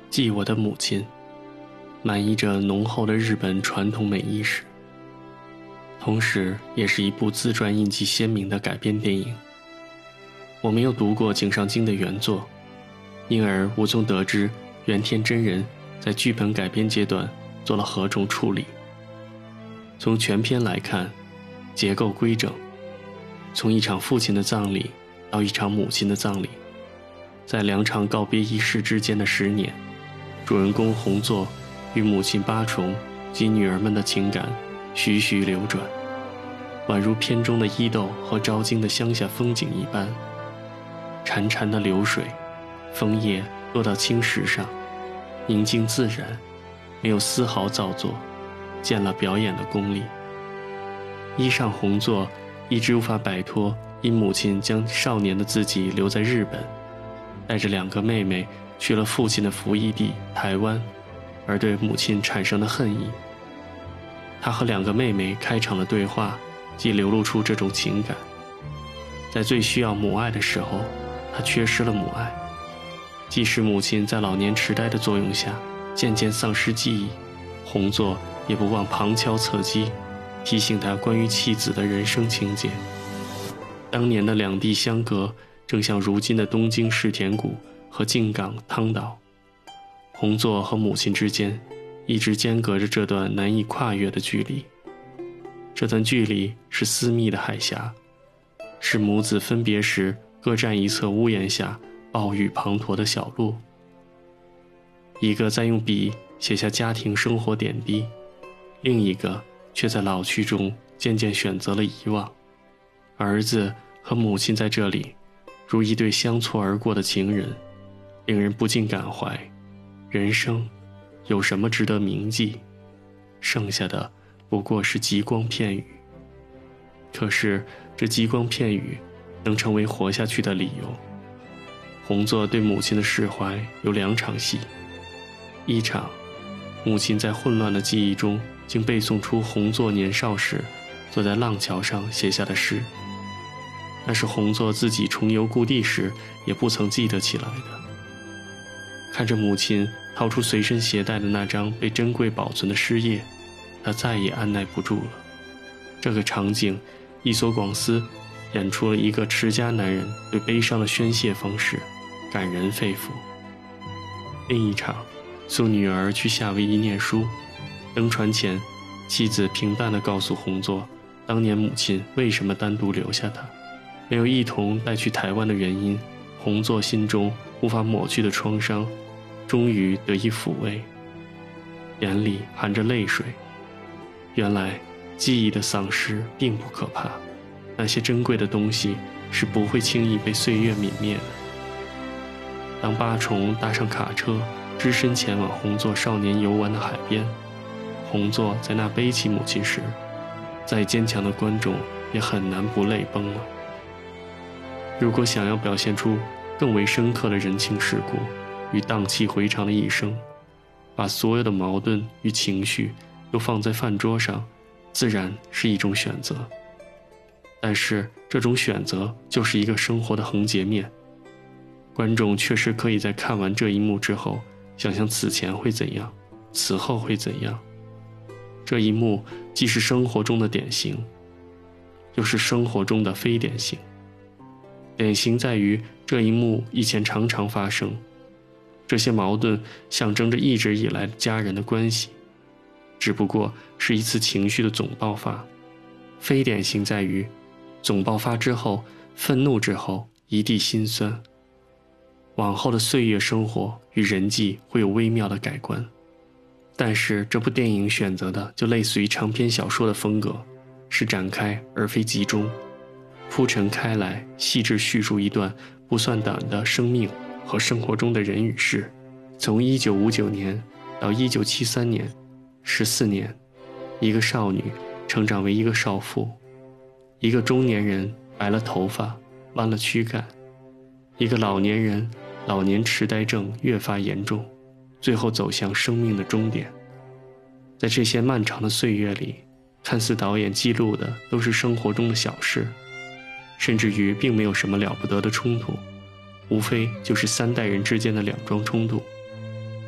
记我的母亲，满溢着浓厚的日本传统美意识，同时也是一部自传印记鲜明的改编电影。我没有读过井上京的原作，因而无从得知原田真人在剧本改编阶段做了何种处理。从全片来看，结构规整，从一场父亲的葬礼到一场母亲的葬礼，在2场告别仪式之间的10年，主人公红座与母亲八重及女儿们的情感徐徐流转，宛如片中的伊豆和昭京的乡下风景一般。潺潺的流水，枫叶落到青石上，宁静自然，没有丝毫造作，见了表演的功力。衣上红座一直无法摆脱因母亲将少年的自己留在日本，带着2个妹妹去了父亲的服役地台湾，而对母亲产生的恨意。他和2个妹妹开场的对话即流露出这种情感。在最需要母爱的时候，他缺失了母爱，即使母亲在老年痴呆的作用下渐渐丧失记忆，红座也不忘旁敲侧击提醒他关于妻子的人生情节。当年的2地相隔，正像如今的东京世田谷和静冈汤岛，红座和母亲之间一直间隔着这段难以跨越的距离。这段距离是私密的海峡，是母子分别时各站一侧屋檐下暴雨滂沱的小路。一个在用笔写下家庭生活点滴，另一个却在老去中渐渐选择了遗忘。儿子和母亲在这里如一对相错而过的情人，令人不禁感怀，人生有什么值得铭记？剩下的不过是极光片语。可是这极光片语能成为活下去的理由。红座对母亲的释怀有2场戏。一场，母亲在混乱的记忆中竟背诵出红座年少时坐在浪桥上写下的诗，那是红座自己重游故地时也不曾记得起来的。看着母亲掏出随身携带的那张被珍贵保存的诗页，他再也按耐不住了。这个场景，伊索广司演出了一个持家男人对悲伤的宣泄方式，感人肺腑。另一场，送女儿去夏威夷念书，登船前，妻子平淡地告诉红座，当年母亲为什么单独留下他，没有一同带去台湾的原因。红座心中无法抹去的创伤，终于得以抚慰，眼里含着泪水。原来记忆的丧失并不可怕，那些珍贵的东西是不会轻易被岁月泯灭的。当八重搭上卡车，只身前往红座少年游玩的海边，红座在那背起母亲时，再坚强的观众也很难不泪崩了。如果想要表现出更为深刻的人情世故与荡气回肠的一生，把所有的矛盾与情绪都放在饭桌上，自然是一种选择。但是这种选择就是一个生活的横截面，观众确实可以在看完这一幕之后想象此前会怎样，此后会怎样。这一幕既是生活中的典型，又是生活中的非典型。典型在于这一幕以前常常发生，这些矛盾象征着一直以来的家人的关系，只不过是一次情绪的总爆发。非典型在于总爆发之后，愤怒之后一地心酸，往后的岁月生活与人际会有微妙的改观。但是这部电影选择的就类似于长篇小说的风格，是展开而非集中，铺陈开来，细致叙述一段不算短的生命和生活中的人与事。从1959年到1973年，14年，一个少女成长为一个少妇，一个中年人白了头发，弯了躯干，一个老年人老年痴呆症越发严重，最后走向生命的终点。在这些漫长的岁月里，看似导演记录的都是生活中的小事，甚至于并没有什么了不得的冲突，无非就是3代人之间的两桩冲突。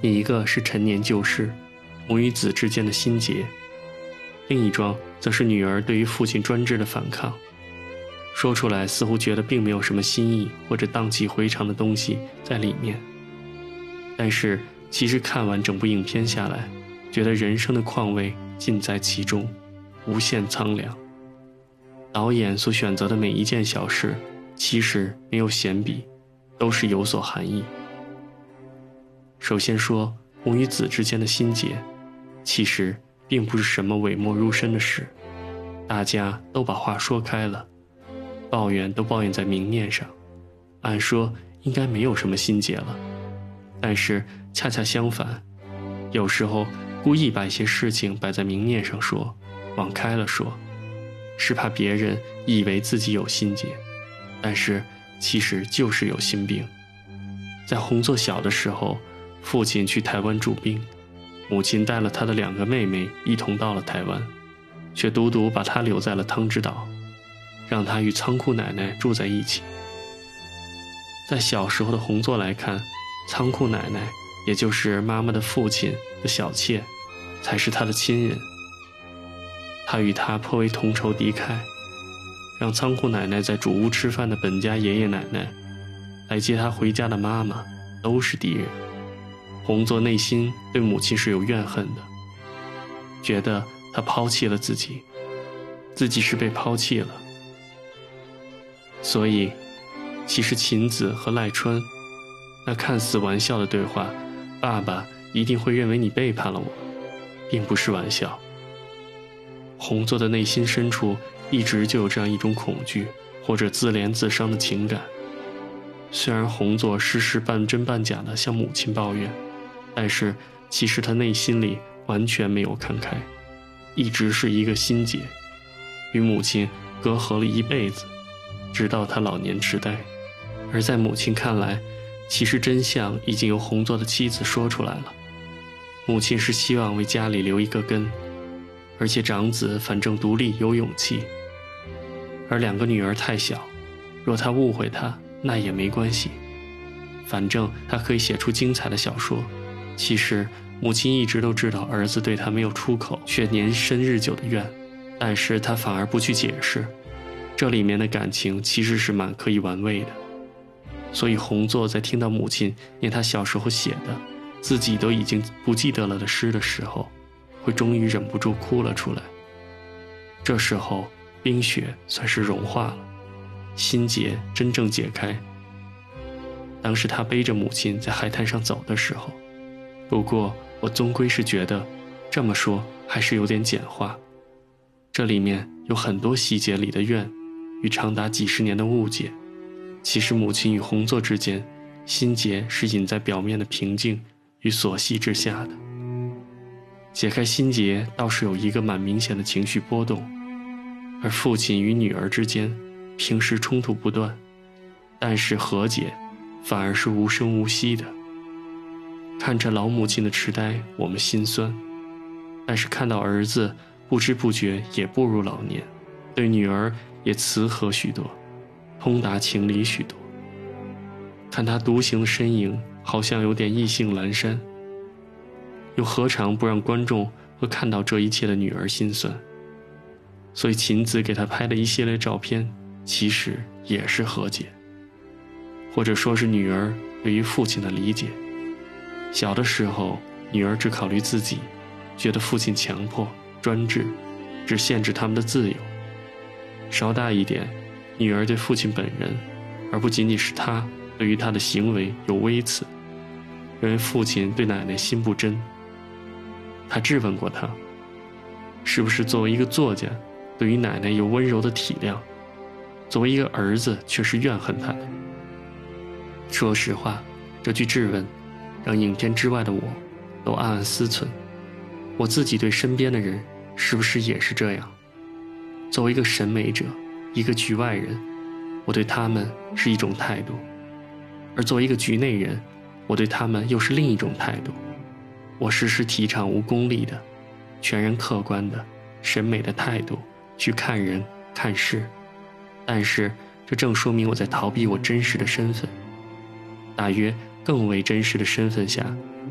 一个是陈年旧事，母与子之间的心结，另一桩则是女儿对于父亲专制的反抗。说出来似乎觉得并没有什么新意或者荡气回肠的东西在里面，但是其实看完整部影片下来，觉得人生的况味尽在其中，无限苍凉。导演所选择的每一件小事，其实没有闲笔，都是有所含义。首先说母与子之间的心结，其实并不是什么讳莫如深的事，大家都把话说开了，抱怨都抱怨在明面上，按说应该没有什么心结了。但是恰恰相反，有时候故意把一些事情摆在明面上说，往开了说，是怕别人以为自己有心结，但是其实就是有心病。在洪作小的时候，父亲去台湾驻兵，母亲带了他的2个妹妹一同到了台湾，却独独把他留在了汤之岛，让他与仓库奶奶住在一起。在小时候的洪作来看，仓库奶奶也就是妈妈的父亲的小妾，才是他的亲人。他与他颇为同仇敌忾，让仓库奶奶在主屋吃饭的本家爷爷奶奶，来接他回家的妈妈，都是敌人。洪作内心对母亲是有怨恨的，觉得她抛弃了自己，自己是被抛弃了。所以其实芹子和赖川那看似玩笑的对话，爸爸一定会认为你背叛了我，并不是玩笑。洪作的内心深处一直就有这样一种恐惧或者自怜自伤的情感。虽然洪作时时半真半假地向母亲抱怨，但是其实他内心里完全没有看开，一直是一个心结，与母亲隔阂了一辈子，直到他老年痴呆。而在母亲看来，其实真相已经由洪作的妻子说出来了，母亲是希望为家里留一个根，而且长子反正独立有勇气，而2个女儿太小，若他误会她那也没关系，反正他可以写出精彩的小说。其实母亲一直都知道儿子对他没有出口却年深日久的怨，但是他反而不去解释，这里面的感情其实是蛮可以玩味的。所以洪作在听到母亲念他小时候写的自己都已经不记得了的诗的时候，会终于忍不住哭了出来。这时候冰雪算是融化了，心结真正解开。当时他背着母亲在海滩上走的时候，不过我终归是觉得这么说还是有点简化，这里面有很多细节里的怨与长达几十年的误解。其实母亲与洪作之间心结是隐在表面的平静与琐细之下的，解开心结倒是有一个蛮明显的情绪波动。而父亲与女儿之间平时冲突不断，但是和解反而是无声无息的。看着老母亲的痴呆，我们心酸，但是看到儿子不知不觉也步入老年，对女儿也慈和许多，通达情理许多。看他独行的身影好像有点意兴阑珊，又何尝不让观众和看到这一切的女儿心酸。所以芹子给他拍的一系列照片其实也是和解，或者说是女儿对于父亲的理解。小的时候女儿只考虑自己，觉得父亲强迫专制，只限制他们的自由。稍大一点，女儿对父亲本人，而不仅仅是他对于他的行为有微词，认为父亲对奶奶心不真。他质问过他，是不是作为一个作家对于奶奶有温柔的体谅，作为一个儿子却是怨恨他的。说实话，这句质问让影片之外的我都暗暗思忖，我自己对身边的人是不是也是这样？作为一个审美者，一个局外人，我对他们是一种态度，而作为一个局内人，我对他们又是另一种态度。我时时提倡无功利的、全然客观的审美的态度去看人看事，但是这正说明我在逃避我真实的身份。大约更为真实的身份下，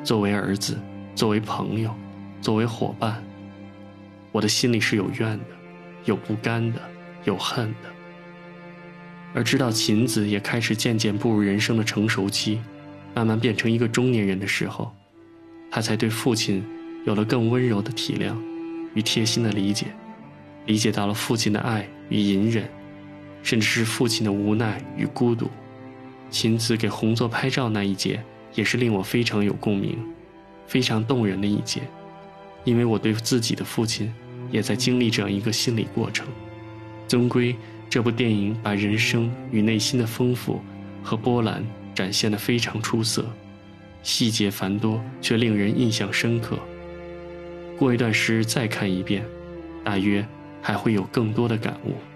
作为儿子，作为朋友，作为伙伴，我的心里是有怨的，有不甘的，有恨的。而直到琴子也开始渐渐步入人生的成熟期，慢慢变成一个中年人的时候，他才对父亲有了更温柔的体谅与贴心的理解，理解到了父亲的爱与隐忍，甚至是父亲的无奈与孤独。琴子给红座拍照那一节也是令我非常有共鸣，非常动人的一节，因为我对自己的父亲也在经历这样一个心理过程。终归这部电影把人生与内心的丰富和波澜展现得非常出色，细节繁多却令人印象深刻。过一段时日再看一遍，大约还会有更多的感悟。